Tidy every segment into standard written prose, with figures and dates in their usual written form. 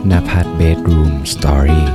ณภัทร Bedroom Story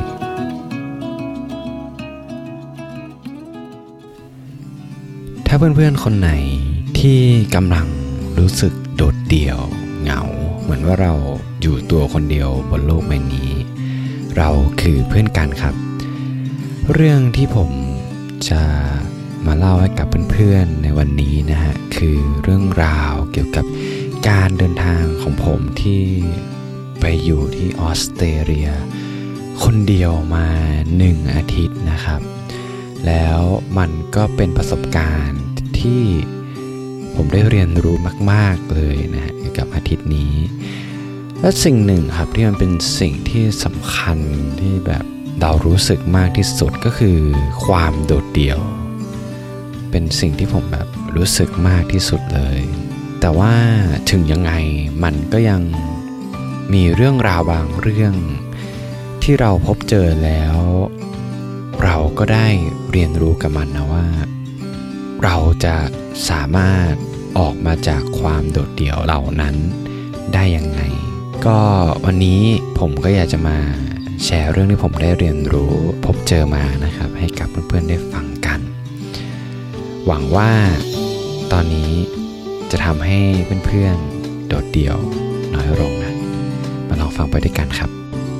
ถ้าเพื่อนๆคนไหนที่กำลังรู้สึกโดดเดี่ยวเหงาเหมือนว่าเราอยู่ตัวคนเดียวบนโลกใบนี้เราคือเพื่อนกันครับเรื่องที่ผมจะมาเล่าให้กับเพื่อนๆในวันนี้นะฮะคือเรื่องราวเกี่ยวกับการเดินทางของผมที่ไปอยู่ที่ออสเตรเลียคนเดียวมา1 อาทิตย์นะครับแล้วมันก็เป็นประสบการณ์ที่ผมได้เรียนรู้มากๆเลยนะฮะเกี่ยวกับอาทิตย์นี้และสิ่งหนึ่งครับที่มันเป็นสิ่งที่สำคัญที่แบบเรารู้สึกมากที่สุดก็คือความโดดเดี่ยวเป็นสิ่งที่ผมแบบรู้สึกมากที่สุดเลยแต่ว่าถึงยังไงมันก็ยังมีเรื่องราวบางเรื่องที่เราพบเจอแล้วเราก็ได้เรียนรู้กับมันนะว่าเราจะสามารถออกมาจากความโดดเดี่ยวเหล่านั้นได้ยังไงก็วันนี้ผมก็อยากจะมาแชร์เรื่องที่ผมได้เรียนรู้พบเจอมานะครับให้กับเพื่อนๆได้ฟังกันหวังว่าตอนนี้จะทำให้เพื่อนๆโดดเดี่ยวน้อยลงนะมาลองฟังไปด้วยกันครับ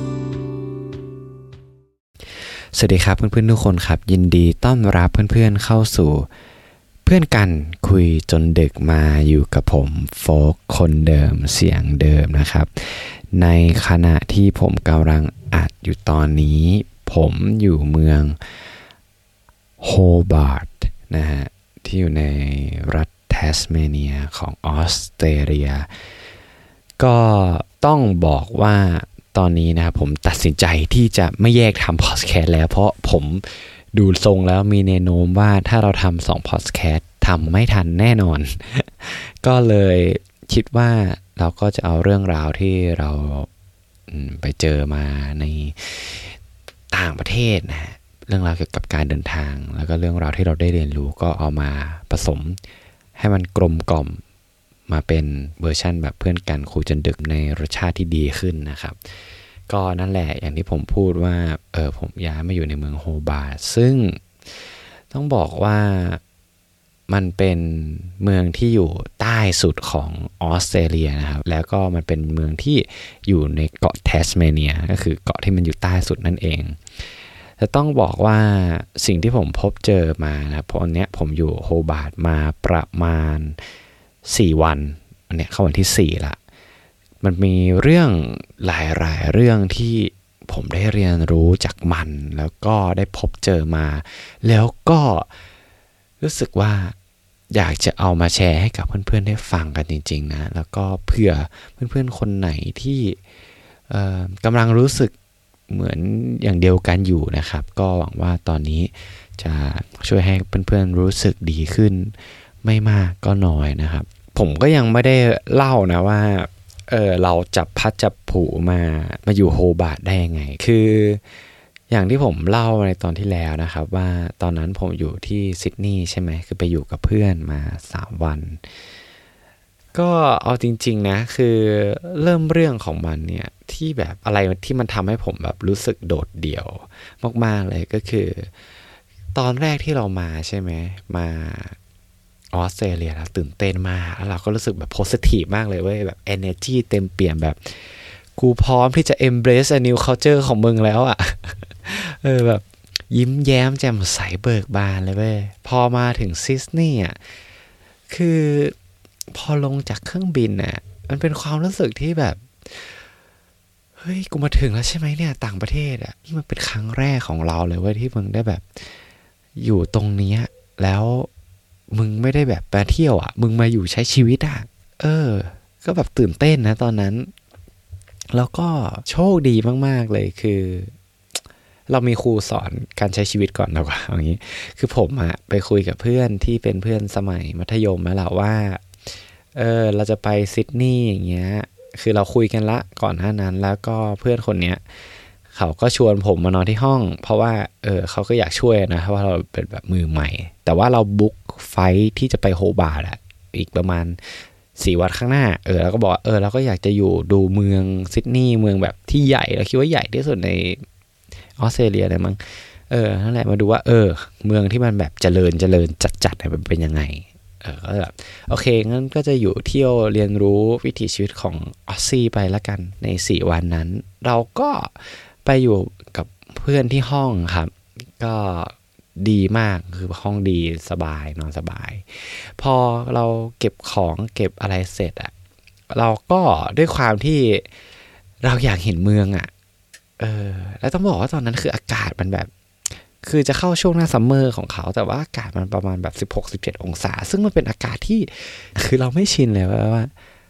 สวัสดีครับเพื่อนๆทุกคนครับยินดีต้อนรับเพื่อนๆเข้าสู่เพื่อนกันคุยจนดึกมาอยู่กับผมโฟกคนเดิมเสียงเดิมนะครับในขณะที่ผมกำลังอัดอยู่ตอนนี้ผมอยู่เมืองโฮบาร์ตนะฮะที่อยู่ในรัฐแทสเมเนียของออสเตรเลียก็ต้องบอกว่าตอนนี้นะครับผมตัดสินใจที่จะไม่แยกทำพอดแคสต์แล้วเพราะผมดูทรงแล้วมีแนวโน้มว่าถ้าเราทำ2พอดแคสต์ทำไม่ทันแน่นอน ก็เลยคิดว่าเราก็จะเอาเรื่องราวที่เราไปเจอมาในต่างประเทศนะฮะเรื่องราวเกี่ยวกับการเดินทางแล้วก็เรื่องราวที่เราได้เรียนรู้ก็เอามาผสมให้มันกลมกล่อมมาเป็นเวอร์ชั่นแบบเพื่อนกันคุยจนดึกในรสชาติที่ดีขึ้นนะครับก็นั่นแหละอย่างที่ผมพูดว่าผมย้ายมาอยู่ในเมืองโฮบาร์ตซึ่งต้องบอกว่ามันเป็นเมืองที่อยู่ใต้สุดของออสเตรเลียนะครับแล้วก็มันเป็นเมืองที่อยู่ในเกาะแทสเมเนียก็คือเกาะที่มันอยู่ใต้สุดนั่นเองจะต้องบอกว่าสิ่งที่ผมพบเจอมานะเพราะอันเนี้ยผมอยู่โฮบาร์ตมาประมาณ4 วันอันเนี้ยเข้าวันที่4ละมันมีเรื่องหลายๆเรื่องที่ผมได้เรียนรู้จากมันแล้วก็ได้พบเจอมาแล้วก็รู้สึกว่าอยากจะเอามาแชร์ให้กับเพื่อนๆได้ฟังกันจริงๆนะแล้วก็เผื่อเพื่อนๆคนไหนที่กำลังรู้สึกเหมือนอย่างเดียวกันอยู่นะครับก็หวังว่าตอนนี้จะช่วยให้เพื่อนๆรู้สึกดีขึ้นไม่มากก็น้อยนะครับผมก็ยังไม่ได้เล่านะว่าเราจับพัดจับผูมาอยู่โฮบาร์ตได้ยังไงคืออย่างที่ผมเล่าในตอนที่แล้วนะครับว่าตอนนั้นผมอยู่ที่ซิดนีย์ใช่ไหมคือไปอยู่กับเพื่อนมา3 วันก็เอาจริงๆนะคือเริ่มเรื่องของมันเนี่ยที่แบบอะไรที่มันทำให้ผมแบบรู้สึกโดดเดี่ยวมากๆเลยก็คือตอนแรกที่เรามาใช่ไหมมาออสเตรเลียแล้วตื่นเต้นมากแล้วเราก็รู้สึกแบบโพสิทีฟมากเลยเว้ยแบบ energy เต็มเปี่ยมแบบกูพร้อมที่จะ embrace a new culture ของมึงแล้วอ่ะ แบบยิ้มแย้มแจ่มใสเบิกบานเลยเว้ยพอมาถึงซิดนีย์อ่ะคือพอลงจากเครื่องบินน่ะมันเป็นความรู้สึกที่แบบเฮ้ยกูมาถึงแล้วใช่ไหมเนี่ยต่างประเทศอ่ะนี่มันเป็นครั้งแรกของเราเลยเว้ยที่มึงได้แบบอยู่ตรงนี้แล้วมึงไม่ได้แบบไปเที่ยวอ่ะมึงมาอยู่ใช้ชีวิตอ่ะก็แบบตื่นเต้นนะตอนนั้นแล้วก็โชคดีมากๆเลยคือเรามีครูสอนการใช้ชีวิตก่อนดีกว่าอย่างนี้คือผมอะไปคุยกับเพื่อนที่เป็นเพื่อนสมัยมัธยมแล้วแหละว่าเราจะไปซิดนีย์อย่างเงี้ยคือเราคุยกันละก่อนหน้านั้นแล้วก็เพื่อนคนเนี้ยเขาก็ชวนผมมานอนที่ห้องเพราะว่าเขาก็อยากช่วยนะเพราะว่าเราเป็นแบบมือใหม่แต่ว่าเราบุ๊กไฟท์ที่จะไปโฮบาร์ตอะอีกประมาณ 4 วันข้างหน้าเราก็บอกเราก็อยากจะอยู่ดูเมืองซิดนีย์เมืองแบบที่ใหญ่เราคิดว่าใหญ่ที่สุดในออสเตรเลียเลยมั้งนั่นแหละมาดูว่าเมืองที่มันแบบเจริญจัดๆมันเป็นยังไงก็แบบโอเคงั้นก็จะอยู่เที่ยวเรียนรู้วิถีชีวิตของออสซี่ไปละกันใน4 วันนั้นเราก็ไปอยู่กับเพื่อนที่ห้องครับก็ดีมากคือห้องดีสบายนอนสบายพอเราเก็บของเก็บอะไรเสร็จเราก็ด้วยความที่เราอยากเห็นเมืองแล้วต้องบอกว่าตอนนั้นคืออากาศมันแบบคือจะเข้าช่วงหน้าซัมเมอร์ของเขาแต่ว่าอากาศมันประมาณแบบ16-17 องศาซึ่งมันเป็นอากาศที่คือเราไม่ชินเลยว่า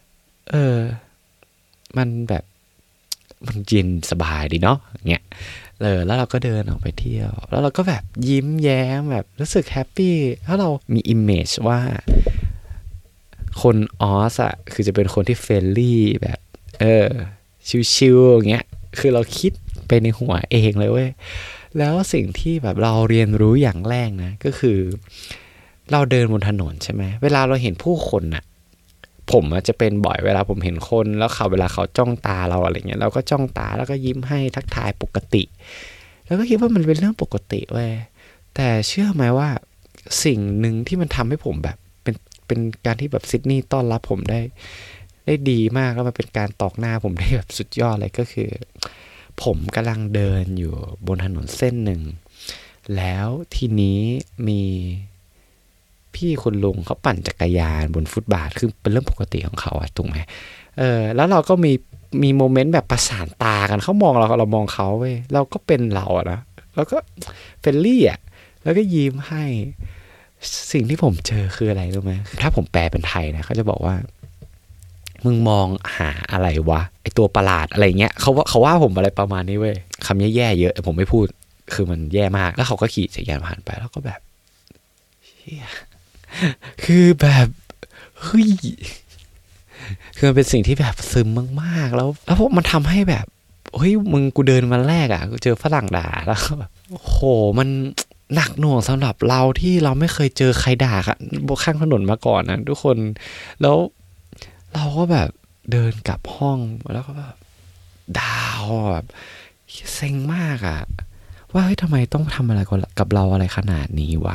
มันแบบมันเย็นสบายดีเนาะเงี้ยแล้วเราก็เดินออกไปเที่ยวแล้วเราก็แบบยิ้มแย้มแบบรู้สึกแฮปปี้ถ้าเรามีอิมเมจว่าคนออสคือจะเป็นคนที่เฟรนลี่แบบชิลๆอย่างเงี้ยคือเราคิดไปในหัวเองเลยเว้ยแล้วสิ่งที่แบบเราเรียนรู้อย่างแรกนะก็คือเราเดินบนถนนใช่ไหมเวลาเราเห็นผู้คนผมจะเป็นบ่อยเวลาผมเห็นคนแล้วเวลาเขาจ้องตาเราอะไรเงี้ยเราก็จ้องตาแล้วก็ยิ้มให้ทักทายปกติแล้วก็คิดว่ามันเป็นเรื่องปกติเว้ยแต่เชื่อไหมว่าสิ่งหนึ่งที่มันทำให้ผมแบบเป็นการที่แบบซิดนีย์ต้อนรับผมได้ดีมากแล้วมันเป็นการตอกหน้าผมได้แบบสุดยอดเลยก็คือผมกำลังเดินอยู่บนถนนเส้นหนึ่งแล้วทีนี้มีพี่คุณลุงเขาปั่นจักรยานบนฟุตบาทคือเป็นเรื่องปกติของเขาถูกไหมแล้วเราก็มีโมเมนต์แบบประสานตากันเขามองเรามองเขาเว้ยเราก็เป็นเรานะแล้วก็เฟรนลี่แล้วก็ยิ้มให้สิ่งที่ผมเจอคืออะไรรู้ไหมถ้าผมแปลเป็นไทยนะเขาจะบอกว่ามึงมองหาอะไรวะไอตัวประหลาดอะไรเงี้ยเขาว่าผมอะไรประมาณนี้เว้ยคำแย่ๆเยอะแต่ผมไม่พูดคือมันแย่มากแล้วเขาก็ขี่จักรยานผ่านไปแล้วก็แบบเชี่ยคือแบบเฮ้ยคือมันเป็นสิ่งที่แบบซึมมากๆแล้วพวกมันทำให้แบบเฮ้ยมึงกูเดินมาแรกกูเจอฝรั่งด่าแล้วแบบโหมันหนักหน่วงสำหรับเราที่เราไม่เคยเจอใครด่าบนข้างถนนมาก่อนนะทุกคนแล้วเราก็แบบเดินกลับห้องแล้วก็แบบดาวแบบเซ็งมากว่าเฮ้ยทำไมต้องทำอะไรกับเราอะไรขนาดนี้วะ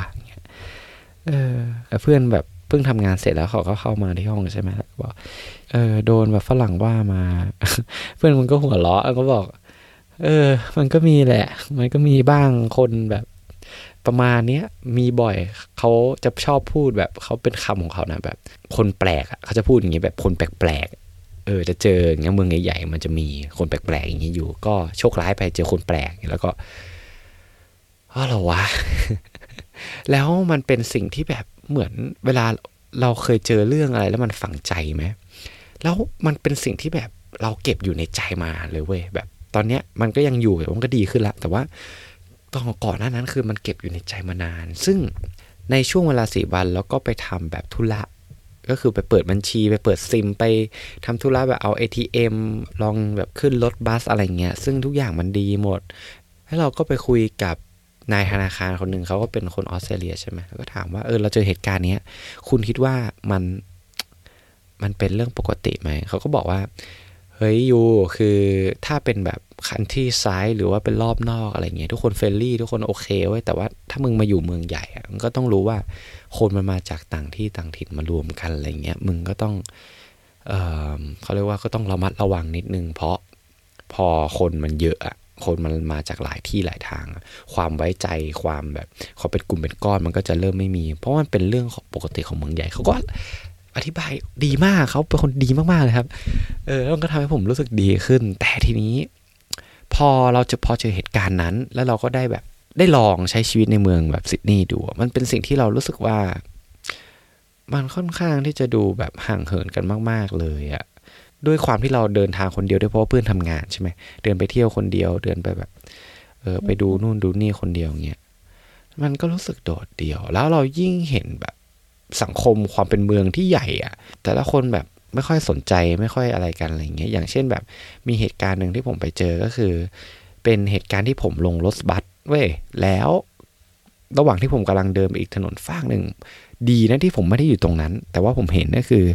เพื่อนแบบเพิ่งทำงานเสร็จแล้วเขาก็เข้ามาที่ห้องใช่ไหมบอกโดนแบบฝรั่งว่ามา เพื่อนมันก็หัวเราะก็บอกมันก็มีแหละมันก็มีบ้างคนแบบประมาณเนี้ยมีบ่อยเขาจะชอบพูดแบบเขาเป็นคำของเขานะแบบคนแปลกเขาจะพูดอย่างนี้แบบคนแปลกๆจะเจออย่างเงี้ยเมืองใหญ่ๆมันจะมีคนแปลกๆอย่างนี้อยู่ก็โชคร้ายไปเจอคนแปลกแล้วก็เหรอวะ แล้วมันเป็นสิ่งที่แบบเหมือนเวลาเราเคยเจอเรื่องอะไรแล้วมันฝังใจไหมแล้วมันเป็นสิ่งที่แบบเราเก็บอยู่ในใจมาเลยเว้ยแบบตอนเนี้ยมันก็ยังอยู่มันก็ดีขึ้นละแต่ว่าตอนก่อนหน้านั้นคือมันเก็บอยู่ในใจมานานซึ่งในช่วงเวลา4 วันแล้วก็ไปทำแบบธุระก็คือไปเปิดบัญชีไปเปิดซิมไปทำธุระแบบเอา ATM ลองแบบขึ้นรถบัสอะไรเงี้ยซึ่งทุกอย่างมันดีหมดแล้วเราก็ไปคุยกับนายธนาคารคนหนึ่งเขาก็เป็นคนออสเตรเลียใช่ไหมแล้วก็ถามว่าเราเจอเหตุการณ์นี้คุณคิดว่ามันเป็นเรื่องปกติไหมเขาก็บอกว่าเฮ้ยยูคือถ้าเป็นแบบคันที่ซ้ายหรือว่าเป็นรอบนอกอะไรเงี้ยทุกคนเฟรนลี่ทุกคนโอเคเว้ยแต่ว่าถ้ามึงมาอยู่เมืองใหญ่มันก็ต้องรู้ว่าคนมันมาจากต่างที่ต่างถิ่นมารวมกันอะไรเงี้ยมึงก็ต้องเขาเรียกว่าก็ต้องระมัดระวังนิดนึงเพราะพอคนมันเยอะคนมันมาจากหลายที่หลายทางความไว้ใจความแบบเขาเป็นกลุ่มเป็นก้อนมันก็จะเริ่มไม่มีเพราะมันเป็นเรื่องปกติของเมืองใหญ่เขาก็อธิบายดีมากเขาเป็นคนดีมากๆเลยครับแล้วก็ทำให้ผมรู้สึกดีขึ้นแต่ทีนี้พอเจอเหตุการณ์นั้นแล้วเราก็ได้ลองใช้ชีวิตในเมืองแบบซิดนีย์ดูมันเป็นสิ่งที่เรารู้สึกว่ามันค่อนข้างที่จะดูแบบห่างเหินกันมากๆเลยด้วยความที่เราเดินทางคนเดียวด้วยเพราะเพื่อนทำงานใช่ไหมเดินไปเที่ยวคนเดียวเดินไปแบบไปดูนู่นดูนี่คนเดียวเงี้ยมันก็รู้สึกโดดเดี่ยวแล้วเรายิ่งเห็นแบบสังคมความเป็นเมืองที่ใหญ่แต่ละคนแบบไม่ค่อยสนใจไม่ค่อยอะไรกันอะไรเงี้ยอย่างเช่นแบบมีเหตุการณ์หนึ่งที่ผมไปเจอก็คือเป็นเหตุการณ์ที่ผมลงรถบัสเว้ยแล้วระหว่างที่ผมกำลังเดินไปอีกถนนฝั่งหนึ่งดีนะที่ผมไม่ได้อยู่ตรงนั้นแต่ว่าผมเห็นก็คือ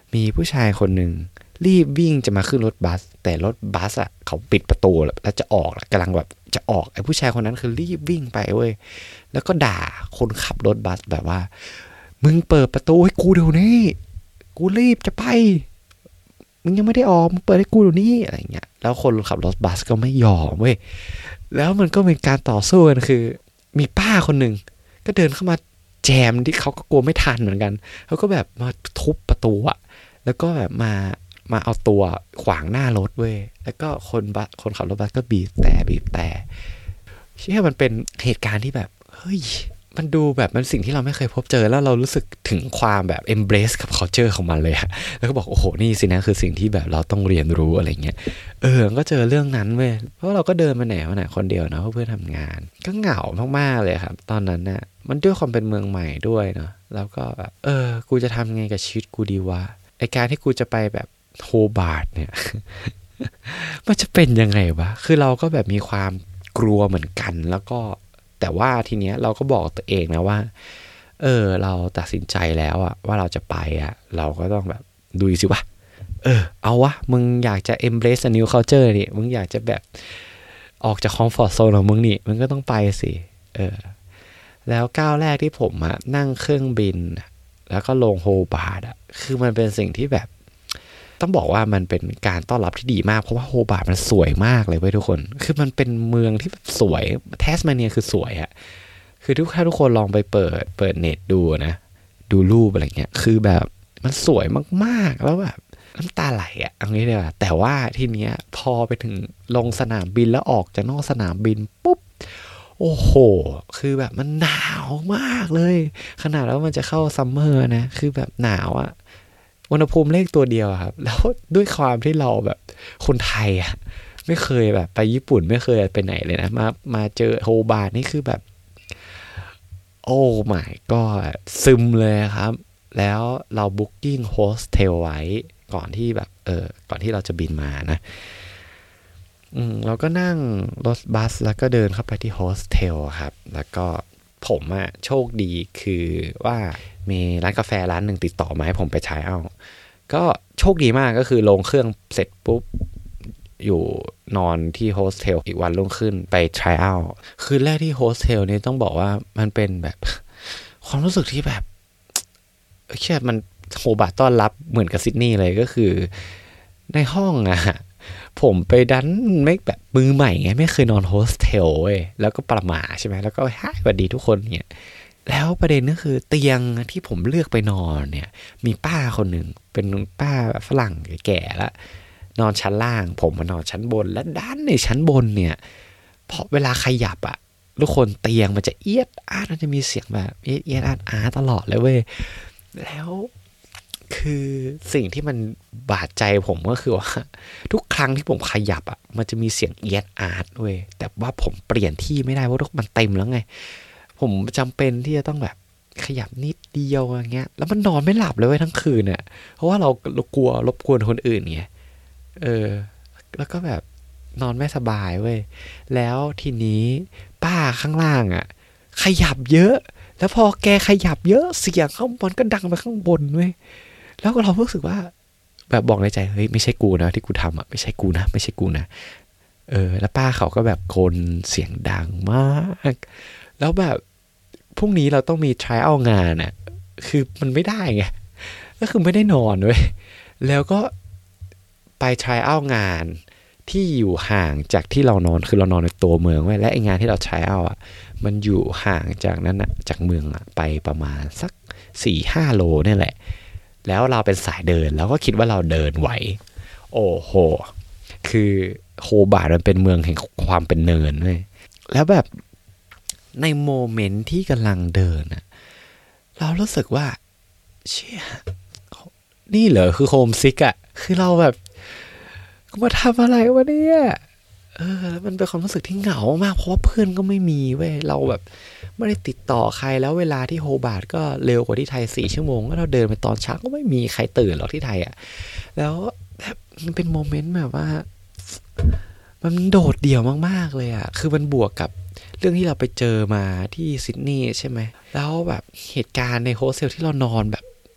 มีผู้ชายคนหนึ่งรีบวิ่งจะมาขึ้นรถบัสแต่รถบัสอ่ะเขาปิดประตูแล้วจะออกกำลังแบบจะออกไอ้ผู้ชายคนนั้นคือรีบวิ่งไปเว้ยแล้วก็ด่าคนขับรถบัสแบบว่ามึงเปิดประตูให้กูเดี๋ยวนี้กูรีบจะไปมึงยังไม่ได้ออกมึงเปิดให้กูเดี๋ยวนี้อะไรเงี้ยแล้วคนขับรถบัสก็ไม่ยอมเว้ยแล้วมันก็เป็นการต่อสู้กันคือมีป้าคนหนึ่งก็เดินเข้ามาแจมที่เขาก็กลัวไม่ทันเหมือนกันเขาก็แบบมาทุบประตูอะแล้วก็แบบมาเอาตัวขวางหน้ารถเว้ยแล้วก็คนขับรถบัสก็บีบแต่เชื่อมันเป็นเหตุการณ์ที่แบบเฮ้ยมันดูแบบมันสิ่งที่เราไม่เคยพบเจอแล้วเรารู้สึกถึงความแบบ embrace กับ culture ของมันเลยอะแล้วก็บอกโอ้โหนี่สินะคือสิ่งที่แบบเราต้องเรียนรู้อะไรเงี้ยก็เจอเรื่องนั้นเว้ยเพราะเราก็เดินมาไหนคนเดียวนะเพื่อทำงานก็เหงามากๆเลยครับตอนนั้นน่ะมันด้วยความเป็นเมืองใหม่ด้วยเนาะแล้วก็แบบกูจะทำไงกับชีวิตกูดีวะไอการที่กูจะไปแบบโฮบาร์ดเนี่ย มันจะเป็นยังไงวะคือเราก็แบบมีความกลัวเหมือนกันแล้วก็แต่ว่าทีเนี้ยเราก็บอกตัวเองนะว่าเราตัดสินใจแล้วอะว่าเราจะไปอะเราก็ต้องแบบดูสิวะเอาวะมึงอยากจะ embrace a new culture นี่มึงอยากจะแบบออกจาก comfort zone ของมึงนี่มึงก็ต้องไปสิแล้วก้าวแรกที่ผมอะนั่งเครื่องบินแล้วก็ลงโฮบาร์ดอะคือมันเป็นสิ่งที่แบบต้องบอกว่ามันเป็นการต้อนรับที่ดีมากเพราะว่าโฮบาร์ดมันสวยมากเลยเว้ยทุกคนคือมันเป็นเมืองที่แบบสวยแทสมาเนียคือสวยอะคือถ้าทุกคนลองไปเปิดเน็ตดูนะดูรูปอะไรเงี้ยคือแบบมันสวยมากๆแล้วแบบน้ำตาไหลอะเอางี้เลยว่ะแต่ว่าทีเนี้ยพอไปถึงลงสนามบินแล้วออกจากนอกสนามบินปุ๊บโอ้โหคือแบบมันหนาวมากเลยขนาดแล้วมันจะเข้าซัมเมอร์นะคือแบบหนาวอะอุณหภูมิเลขตัวเดียวครับแล้วด้วยความที่เราแบบคนไทยอะไม่เคยแบบไปญี่ปุ่นไม่เคยไปไหนเลยนะมาเจอโฮบาร์ดนี่คือแบบโอ้ my god ซึมเลยครับแล้วเราบุ๊กกิ้งโฮสเทลไว้ก่อนที่แบบก่อนที่เราจะบินมานะเราก็นั่งรถบัสแล้วก็เดินเข้าไปที่โฮสเทลครับแล้วก็ผมอะโชคดีคือว่ามีร้านกาแฟร้านหนึ่งติดต่อมาให้ผมไปใช้เอาก็โชคดีมากก็คือลงเครื่องเสร็จปุ๊บอยู่นอนที่โฮสเทลอีกวันรุ่งขึ้นไป try out คืนแรกที่โฮสเทลนี้ต้องบอกว่ามันเป็นแบบความรู้สึกที่แบบเชื่อมันโฮบาร์ดต้อนรับเหมือนกับซิดนีย์เลยก็คือในห้องอะผมไปดันไม่แบบมือใหม่ไงไม่เคยนอนโฮสเทลเว้ยแล้วก็ประหม่าใช่ไหมแล้วก็ฮายสวัสดีทุกคนเนี่ยแล้วประเด็นก็คือเตียงที่ผมเลือกไปนอนเนี่ยมีป้าคนหนึ่งเป็นป้าฝรั่งแก่ๆแล้วนอนชั้นล่างผมมานอนชั้นบนและด้านในชั้นบนเนี่ยพอเวลาขยับอะทุกคนเตียงมันจะเอียดอาร์ตมันจะมีเสียงแบบเอียดอาร์ตตลอดเลยเว้ยแล้วคือสิ่งที่มันบาดใจผมก็คือว่าทุกครั้งที่ผมขยับอ่ะมันจะมีเสียงเอียดอาร์ตเว้ยแต่ว่าผมเปลี่ยนที่ไม่ได้เพราะมันเต็มแล้วไงผมจำเป็นที่จะต้องแบบขยับนิดเดียวอย่างเงี้ยแล้วมันนอนไม่หลับเลยเว้ยทั้งคืนเนี่ยเพราะว่าเรากลัวรบกวนคนอื่นไงแล้วก็แบบนอนไม่สบายเว้ยแล้วทีนี้ป้าข้างล่างอ่ะขยับเยอะแล้วพอแกขยับเยอะเสียงข้างบนก็ดังไปข้างบนเว้ยแล้วเรารู้สึกว่าแบบบอกในใจเฮ้ยไม่ใช่กูนะที่กูทำอ่ะไม่ใช่กูนะแล้วป้าเขาก็แบบคนเสียงดังมากแล้วแบบพรุ่งนี้เราต้องมี trial งานอ่ะคือมันไม่ได้ไงก็คือไม่ได้นอนเว้ยแล้วก็ไป trial งานที่อยู่ห่างจากที่เรานอนคือเรานอนในตัวเมืองไว้และไองานที่เรา trial อ่ะมันอยู่ห่างจากนั้นอ่ะจากเมืองอ่ะไปประมาณสัก 4-5 โลนี่แหละแล้วเราเป็นสายเดินแล้วก็คิดว่าเราเดินไหวโอ้โหคือโฮบาร์ดมันเป็นเมืองแห่งความเป็นเนินเลยแล้วแบบในโมเมนต์ที่กำลังเดินน่ะเรารู้สึกว่าเชี่ยนี่เหรอคือโฮมซิกอ่ะคือเราแบบกูมาทำอะไรวะเนี่ยแล้วมันเป็นความรู้สึกที่เหงามากเพราะว่าเพื่อนก็ไม่มีเว้ยเราแบบไม่ได้ติดต่อใครแล้วเวลาที่โฮบาร์ดก็เร็วกว่าที่ไทย4 ชั่วโมงก็เราเดินไปตอนเช้าก็ไม่มีใครตื่นหรอกที่ไทยอ่ะแล้วแบบมันเป็นโมเมนต์แบบว่ามันโดดเดี่ยวมากๆเลยอ่ะคือมันบวกกับเรื่องที่เราไปเจอมาที่ซิดนีย์ใช่ไหมแล้วแบบเหตุการณ์ในโฮสเทลที่เรานอนแบบ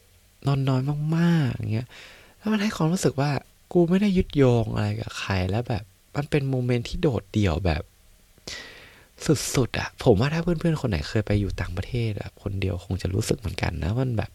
นอนน้อยมากๆอย่างเงี้ยแล้วมันให้ความรู้สึกว่ากูไม่ได้ยึดโยงอะไรกับใครแล้วแบบมันเป็นโมเมนต์ที่โดดเดี่ยวแบบสุดๆอ่ะผมว่าถ้าเพื่อนๆคนไหนเคยไปอยู่ต่างประเทศอ่ะคนเดียวคงจะรู้สึกเหมือนกันนะมันแบบ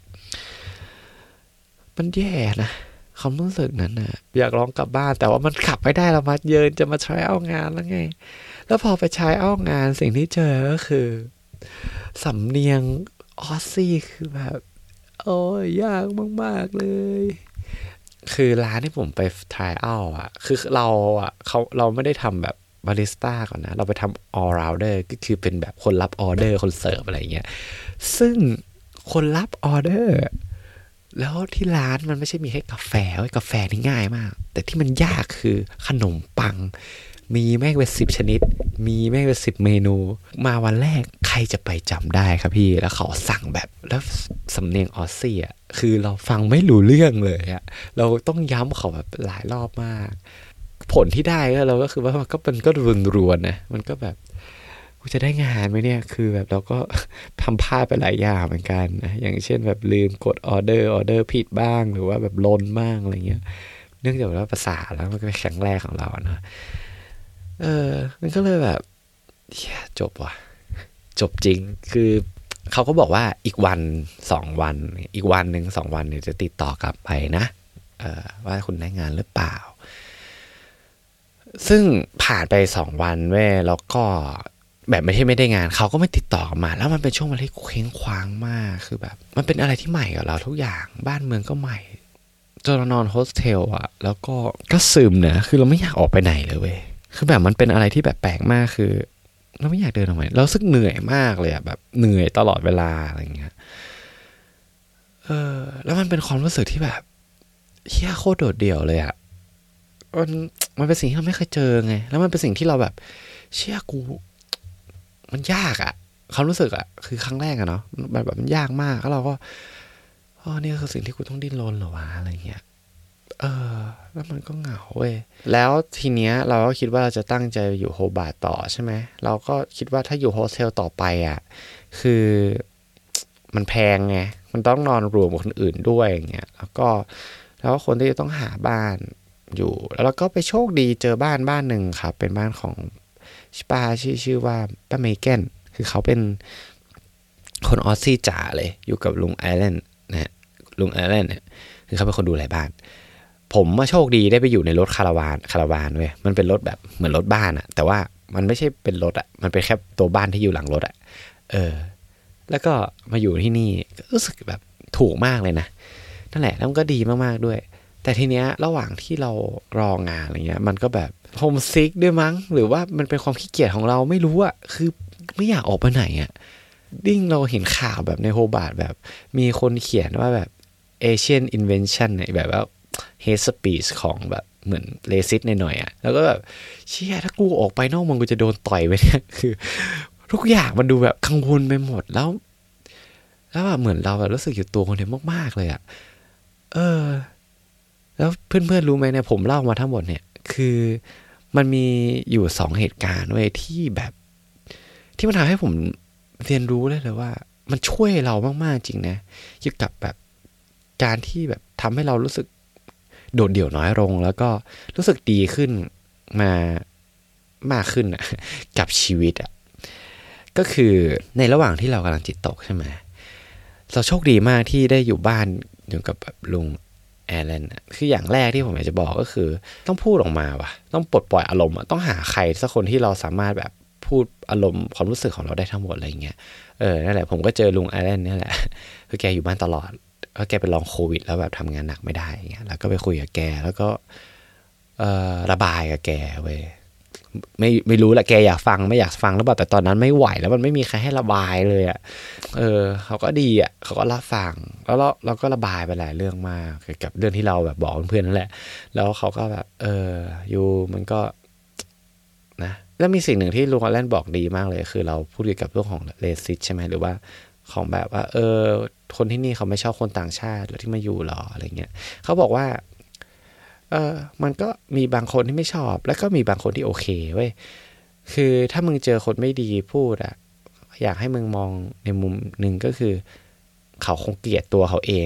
มันแย่นะความรู้สึกนั้นน่ะอยากร้องกลับบ้านแต่ว่ามันขับไม่ได้เรามาเยินจะมาใช้เอางานแล้วไงแล้วพอไปใช้เอางานสิ่งที่เจอก็คือสำเนียงออสซี่คือแบบโอ้ยยากมากๆเลยคือร้านที่ผมไปทายเอาอ่ะคือเราไม่ได้ทำแบบบาริสต้าก่อนนะเราไปทำ all rounder ก็คือเป็นแบบคนรับออเดอร์คนเสิร์ฟอะไรเงี้ยซึ่งคนรับออเดอร์แล้วที่ร้านมันไม่ใช่มีแค่กาแฟกาแฟนี่ง่ายมากแต่ที่มันยากคือขนมปังมีแม่งเป็น10 ชนิดมีแม่งเป็น10 เมนูมาวันแรกใครจะไปจำได้ครับพี่แล้วเขาสั่งแบบแล้วสำเนียงออสซี่อ่ะคือเราฟังไม่รู้เรื่องเลยอ่ะเราต้องย้ำเขาแบบหลายรอบมากผลที่ได้ก็คือว่ามันก็รวนๆนะมันก็แบบกูจะได้งานไหมเนี่ยคือแบบเราก็ทำพลาดไปหลายอย่างเหมือนกันนะอย่างเช่นแบบลืมกดออเดอร์ผิดบ้างหรือว่าแบบลนบ้างอะไรเงี้ยเนื่องจากว่าภาษาแล้วมันก็เป็นครั้งแรกของเราเนาะมันก็เลยแบบจบว่ะจบจริงคือเขาก็บอกว่าอีกวัน2 วันอีกวันหนึ่ง2 วันเนี่ยจะติดต่อกลับไปนะว่าคุณได้งานหรือเปล่าซึ่งผ่านไป2 วันเว้ยแล้วก็แบบไม่ได้งานเขาก็ไม่ติดต่อมาแล้วมันเป็นช่วงเวลาที่เคว้งคว้างมากคือแบบมันเป็นอะไรที่ใหม่กับเราทุกอย่างบ้านเมืองก็ใหม่จนเรานอนโฮสเทลอ่ะแล้วก็ซึมนะคือเราไม่อยากออกไปไหนเลยเว้ยคือแบบมันเป็นอะไรที่แบบแปลกมากคือเราไม่อยากเดินออกไปเราสึกเหนื่อยมากเลยอ่ะแบบเหนื่อยตลอดเวลาอะไรเงี้ยแล้วมันเป็นความรู้สึกที่แบบเฮี้ยโคตรโดดเดี่ยวเลยอ่ะมันเป็นสิ่งที่เราไม่เคยเจอไงแล้วมันเป็นสิ่งที่เราแบบเชี่ยกูมันยากอ่ะความรู้สึกอ่ะคือครั้งแรกอะเนาะแบบมันยากมากแล้วเราก็นี่คือสิ่งที่กูต้องดิ้นรนเหรอวะอะไรเงี้ยแล้วมันก็เหงาเว้ยแล้วทีเนี้ยเราก็คิดว่าเราจะตั้งใจอยู่โฮบาร์ตต่อใช่ไหมเราก็คิดว่าถ้าอยู่โฮสเทลต่อไปอ่ะคือมันแพงไงมันต้องนอนรวมกับคนอื่นด้วยอย่างเงี้ยแล้วก็คนที่จะต้องหาบ้านอยู่แล้วเราก็ไปโชคดีเจอบ้านหนึ่งครับเป็นบ้านของป้าชื่อว่าป้าเมแกนคือเขาเป็นคนออสซี่จ๋าเลยอยู่กับลุงไอแลนด์นะลุงไอแลนด์เนี่ยคือเขาเป็นคนดูแลบ้านผมมาโชคดีได้ไปอยู่ในรถคาราวานเว้ยมันเป็นรถแบบเหมือนรถบ้านอะแต่ว่ามันไม่ใช่เป็นรถอะมันเป็นแค่ตัวบ้านที่อยู่หลังรถอะแล้วก็มาอยู่ที่นี่รู้สึกแบบถูกมากเลยนะนั่นแหละแล้วมันก็ดีมากๆด้วยแต่ทีเนี้ยระหว่างที่เรารองานอะไรเงี้ยมันก็แบบโฮมซิกด้วยมั้งหรือว่ามันเป็นความขี้เกียจของเราไม่รู้อะคือไม่อยากออกไปไหนอะดิ้งเราเห็นข่าวแบบในโฮบาร์ตแบบมีคนเขียนว่าแบบ Asian Invention เนี่ยแบบว่า hate speech ของแบบเหมือนเลซิสหน่อยๆอ่ะแล้วก็แบบเชี่ยถ้ากูออกไปนอกเมืองกูจะโดนต่อยไปเนี่ยคือทุกอย่างมันดูแบบกังวลไปหมดแล้วแบบเหมือนเราแบบรู้สึกอยู่ตัวคนเดียวมากๆเลยอ่ะแล้วเพื่อนๆรู้ไหมเนี่ยผมเล่ามาทั้งหมดเนี่ยคือมันมีอยู่2 เหตุการณ์เว้ยที่แบบที่มันทำให้ผมเรียนรู้เลยว่ามันช่วยเรามากๆจริงนะเกี่ยวกับแบบการที่แบบทำให้เรารู้สึกโดดเดี่ยวน้อยลงแล้วก็รู้สึกดีขึ้นมากขึ้นอ่ะกับชีวิตอ่ะก็คือในระหว่างที่เรากำลังจิตตกใช่ไหมเราโชคดีมากที่ได้อยู่บ้านอยู่กับแบบลุงแอลเลนคืออย่างแรกที่ผมอยากจะบอกก็คือต้องพูดออกมาว่ะต้องปลดปล่อยอารมณ์ต้องหาใครสักคนที่เราสามารถแบบพูดอารมณ์ความรู้สึกของเราได้ทั้งหมดอะไรเงี้ยนั่นแหละผมก็เจอลุงแอลเลนนี่แหละคือแกอยู่บ้านตลอดเพราะแกเป็นลองโควิดแล้วแบบทำงานหนักไม่ได้เงี้ยแล้วก็ไปคุยกับแกแล้วก็ระบายกับแกเว้ยไม่รู้แหละแกอยากฟังไม่อยากฟังหรือเปล่าแต่ตอนนั้นไม่ไหวแล้วมันไม่มีใครให้ระบายเลยอ่ะเขาก็ดีอ่ะเขาก็รับฟังแล้วเราก็ระบายไปหลายเรื่องมากเกี่ยวกับเรื่องที่เราแบบบอกเพื่อนนั่นแหละแล้วเขาก็แบบอยู่มันก็นะแล้วมีสิ่งหนึ่งที่ลุงอแลนบอกดีมากเลยคือเราพูดเกี่ยวกับเรื่องของเรซิสใช่ไหมหรือว่าของแบบว่าคนที่นี่เขาไม่ชอบคนต่างชาติหรือที่มาอยู่หรออะไรเงี้ยเขาบอกว่ามันก็มีบางคนที่ไม่ชอบแล้วก็มีบางคนที่โอเคเว้ยคือถ้ามึงเจอคนไม่ดีพูดอ่ะอยากให้มึงมองในมุมหนึ่งก็คือเขาคงเกลียดตัวเขาเองนั่นแหละ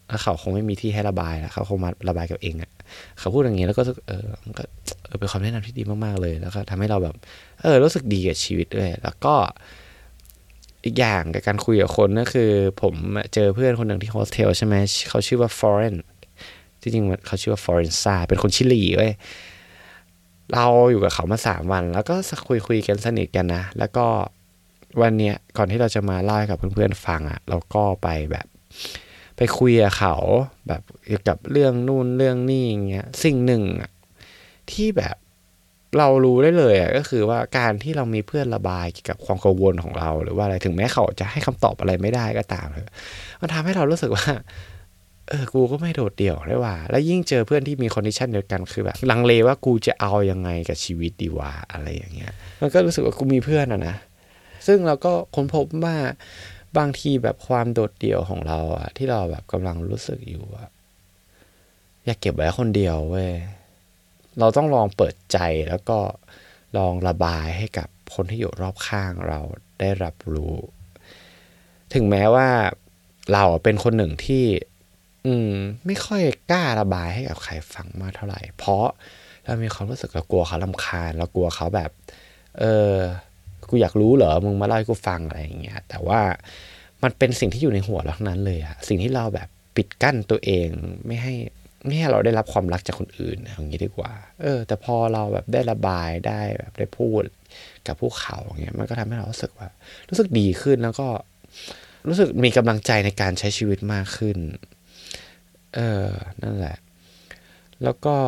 แล้วเขาคงไม่มีที่ให้ระบายแล้วเขาคงมาระบายกับเองอ่ะเขาพูดอย่างนี้แล้วก็มันก็เป็นคำแนะนำที่ดีมากๆเลยแล้วก็ทำให้เราแบบรู้สึกดีกับชีวิตด้วยแล้วก็อีกอย่างกับการคุยกับคนก็คือผมเจอเพื่อนคนหนึ่งที่โฮสเทลใช่ไหมเขาชื่อว่าฟอเรนจริงๆเขาชื่อว่าฟอเรนซ่าเป็นคนชิลีเว้ยเราอยู่กับเขามา3 วันแล้วก็คุยกันสนิทกันนะแล้วก็วันเนี้ยก่อนที่เราจะมาเล่าให้กับเพื่อนๆฟังอ่ะเราก็ไปคุยกับเขาแบบเกี่ยวกับเรื่องนู่นเรื่องนี่อย่างเงี้ยสิ่งหนึ่งที่แบบเรารู้ได้เลยก็คือว่าการที่เรามีเพื่อนระบายเกี่ยวกับความกังวลของเราหรือว่าอะไรถึงแม้เขาจะให้คำตอบอะไรไม่ได้ก็ตามเลยมันทำให้เรารู้สึกว่ากูก็ไม่โดดเดี่ยวได้ว่าแล้วยิ่งเจอเพื่อนที่มีคอนดิชันเดียวกันคือแบบลังเลว่ากูจะเอายังไงกับชีวิตดีวะอะไรอย่างเงี้ยมันก็รู้สึกว่ากูมีเพื่อนนะซึ่งเราก็ค้นพบว่าบางทีแบบความโดดเดี่ยวของเราที่เราแบบกำลังรู้สึกอยู่อยากเก็บไว้คนเดียวเว้ยเราต้องลองเปิดใจแล้วก็ลองระบายให้กับคนที่อยู่รอบข้างเราได้รับรู้ถึงแม้ว่าเราเป็นคนหนึ่งที่ไม่ค่อยกล้าระบายให้กับใครฟังมากเท่าไหร่เพราะเรามีความรู้สึกเรากลัวเขารำคาญเรากลัวเขาแบบกูอยากรู้เหรอมึงมาเล่าให้กูฟังอะไรอย่างเงี้ยแต่ว่ามันเป็นสิ่งที่อยู่ในหัวเราทั้งนั้นเลยสิ่งที่เราแบบปิดกั้นตัวเองไม่ให้เราได้รับความรักจากคนอื่นอย่างนี้ดีกว่าแต่พอเราแบบได้ระบายได้แบบได้พูดกับพวกเขาอย่างเงี้ยมันก็ทำให้เรารู้สึกดีขึ้นแล้วก็รู้สึกมีกำลังใจในการใช้ชีวิตมากขึ้นนั่นแหละแล้วก็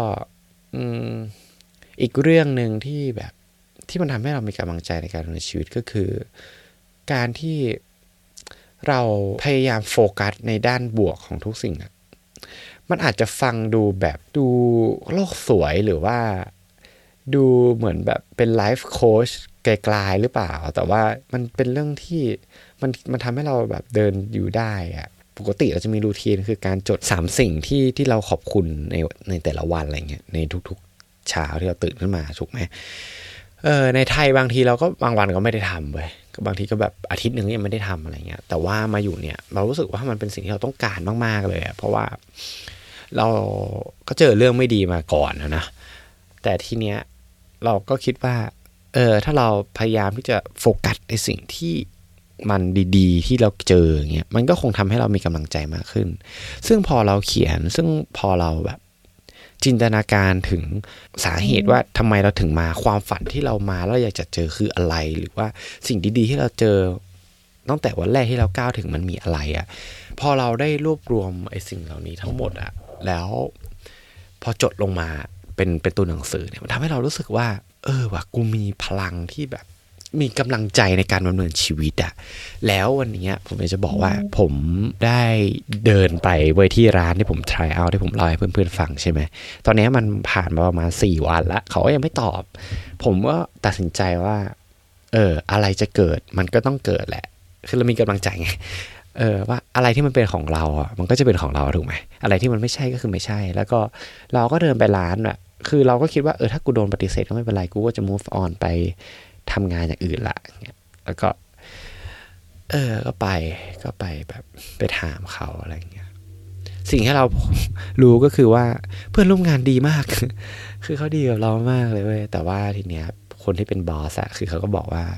อีกเรื่องนึงที่มันทำให้เรามีกำลังใจในการดำเนินชีวิตก็คือการที่เราพยายามโฟกัสในด้านบวกของทุกสิ่งมันอาจจะฟังดูแบบดูโลกสวยหรือว่าดูเหมือนแบบเป็นไลฟ์โค้ชไกลๆหรือเปล่าแต่ว่ามันเป็นเรื่องที่มันทำให้เราแบบเดินอยู่ได้ปกติเราจะมีรูทีนคือการจด3สิ่งที่เราขอบคุณในแต่ละวันอะไรเงี้ยในทุกๆเช้าที่เราตื่นขึ้นมาถูกไหมในไทยบางทีเราก็บางวันก็ไม่ได้ทำเว้ยบางทีก็แบบอาทิตย์นึงยังไม่ได้ทำอะไรเงี้ยแต่ว่ามาอยู่เนี่ยเรารู้สึกว่ามันเป็นสิ่งที่เราต้องการมากๆเลยเพราะว่าเราก็เจอเรื่องไม่ดีมาก่อนนะแต่ทีเนี้ยเราก็คิดว่าถ้าเราพยายามที่จะโฟกัสในสิ่งที่มันดีๆที่เราเจออย่างเงี้ยมันก็คงทำให้เรามีกำลังใจมากขึ้นซึ่งพอเราเขียนซึ่งพอเราแบบจินตนาการถึงสาเหตุว่าทำไมเราถึงมาความฝันที่เรามาแล้วอยากจะเจอคืออะไรหรือว่าสิ่งดีๆที่เราเจอตั้งแต่วันแรกที่เราก้าวถึงมันมีอะไรพอเราได้รวบรวมไอ้สิ่งเหล่านี้ทั้งหมดแล้วพอจดลงมาเป็นตัวหนังสือเนี่ยมันทำให้เรารู้สึกว่าว่ะกูมีพลังที่แบบมีกำลังใจในการดำเนินชีวิตแล้ววันนี้ผมจะบอกว่าผมได้เดินไปไว้ที่ร้านที่ผม try out ที่ผมเล่าให้เพื่อนๆฟังใช่ไหมตอนนี้มันผ่านมาประมาณ4 วันแล้วเขาก็ยังไม่ตอบผมก็ตัดสินใจว่าอะไรจะเกิดมันก็ต้องเกิดแหละคือเรามีกำลังใจไงว่าอะไรที่มันเป็นของเรามันก็จะเป็นของเราถูกไหมอะไรที่มันไม่ใช่ก็คือไม่ใช่แล้วก็เราก็เดินไปร้านคือเราก็คิดว่าถ้ากูโดนปฏิเสธก็ไม่เป็นไรกูก็จะ move on ไปทำงานอย่างอื่นละแล้วก็ก็ไปแบบไปถามเขาอะไรเงี้ยสิ่งที่เรารู้ก็คือว่าเพื่อนร่วมงานดีมากคือเขาดีกับเรามากเลยเว้ยแต่ว่าทีเนี้ยคนที่เป็นบอสคือเขาก็บอกว่า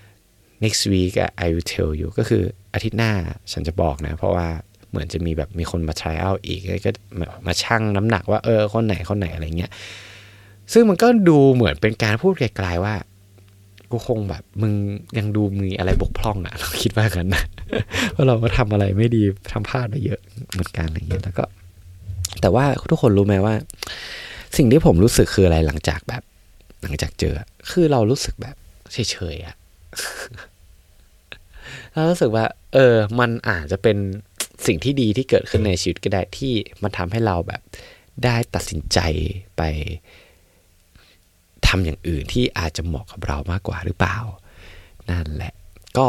next week I will tell you ก็คืออาทิตย์หน้าฉันจะบอกนะเพราะว่าเหมือนจะมีคนมา try out อีกก็มาชั่งน้ำหนักว่าคนไหนอะไรเงี้ยซึ่งมันก็ดูเหมือนเป็นการพูดไกลๆว่ากูคงแบบมึงยังดูมีอะไรบกพร่องเราคิดว่ากันนะเพราะเราก็ทำอะไรไม่ดีทำพลาดไปเยอะเหมือนกันอะไรเงี้ยแล้วก็แต่ว่าทุกคนรู้ไหมว่าสิ่งที่ผมรู้สึกคืออะไรหลังจากเจอคือเรารู้สึกแบบเฉยๆเรารู้สึกว่ามันอาจจะเป็นสิ่งที่ดีที่เกิดขึ้นในชีวิตก็ได้ที่มันทำให้เราแบบได้ตัดสินใจไปทำอย่างอื่นที่อาจจะเหมาะกับเรามากกว่าหรือเปล่านั่นแหละก็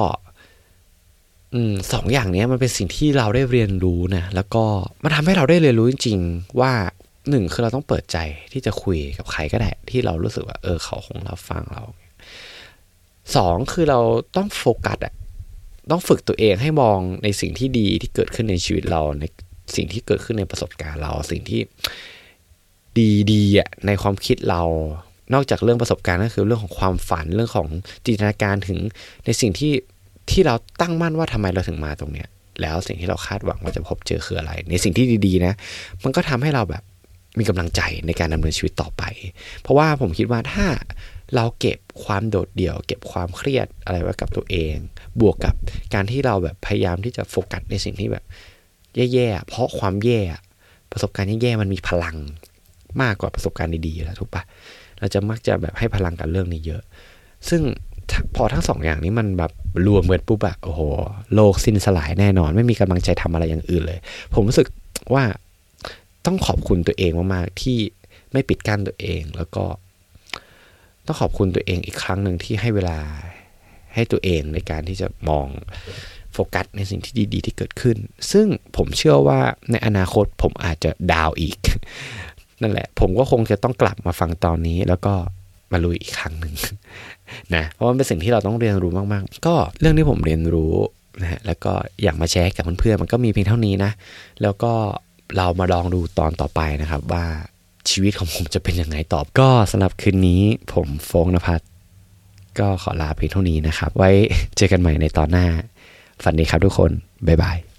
2 อย่างนี้มันเป็นสิ่งที่เราได้เรียนรู้นะแล้วก็มันทำให้เราได้เรียนรู้จริงๆว่า1คือเราต้องเปิดใจที่จะคุยกับใครก็ได้ที่เรารู้สึกว่าเขาคงรับฟังเรา2คือเราต้องโฟกัสต้องฝึกตัวเองให้มองในสิ่งที่ดีที่เกิดขึ้นในชีวิตเราในสิ่งที่เกิดขึ้นในประสบการณ์เราสิ่งที่ดีๆในความคิดเรานอกจากเรื่องประสบการณ์ก็คือเรื่องของความฝันเรื่องของจินตนาการถึงในสิ่งที่เราตั้งมั่นว่าทำไมเราถึงมาตรงเนี้ยแล้วสิ่งที่เราคาดหวังว่าจะพบเจอคืออะไรในสิ่งที่ดีๆนะมันก็ทำให้เราแบบมีกำลังใจในการดำเนินชีวิตต่อไปเพราะว่าผมคิดว่าถ้าเราเก็บความโดดเดี่ยวเก็บความเครียดอะไรไว้กับตัวเองบวกกับการที่เราแบบพยายามที่จะโฟกัสในสิ่งที่แบบแย่ๆเพราะความแย่ประสบการณ์แย่ๆมันมีพลังมากกว่าประสบการณ์ดีๆแล้วถูกปะเราจะมักจะแบบให้พลังกับเรื่องนี้เยอะซึ่งพอทั้งสองอย่างนี้มันแบบรวมกันปุ๊บอะโอ้โหโลกสิ้นสลายแน่นอนไม่มีกำลังใจทำอะไรอย่างอื่นเลยผมรู้สึกว่าต้องขอบคุณตัวเองมากๆที่ไม่ปิดกั้นตัวเองแล้วก็ต้องขอบคุณตัวเองอีกครั้งหนึ่งที่ให้เวลาให้ตัวเองในการที่จะมองโฟกัสในสิ่งที่ดีๆที่เกิดขึ้นซึ่งผมเชื่อว่าในอนาคตผมอาจจะดาวอีกนั่นแหละผมก็คงจะต้องกลับมาฟังตอนนี้แล้วก็มาลุยอีกครั้งหนึ่งนะเพราะมันเป็นสิ่งที่เราต้องเรียนรู้มากๆก็เรื่องที่ผมเรียนรู้นะฮะแล้วก็อยากมาแชร์กับเพื่อนๆมันก็มีเพียงเท่านี้นะแล้วก็เรามาลองดูตอนต่อไปนะครับว่าชีวิตของผมจะเป็นยังไงต่อก็สำหรับคืนนี้ผมโฟงนภัสก็ขอลาเพียงเท่านี้นะครับไว้เจอกันใหม่ในตอนหน้าฝันดีครับทุกคนบ๊ายบาย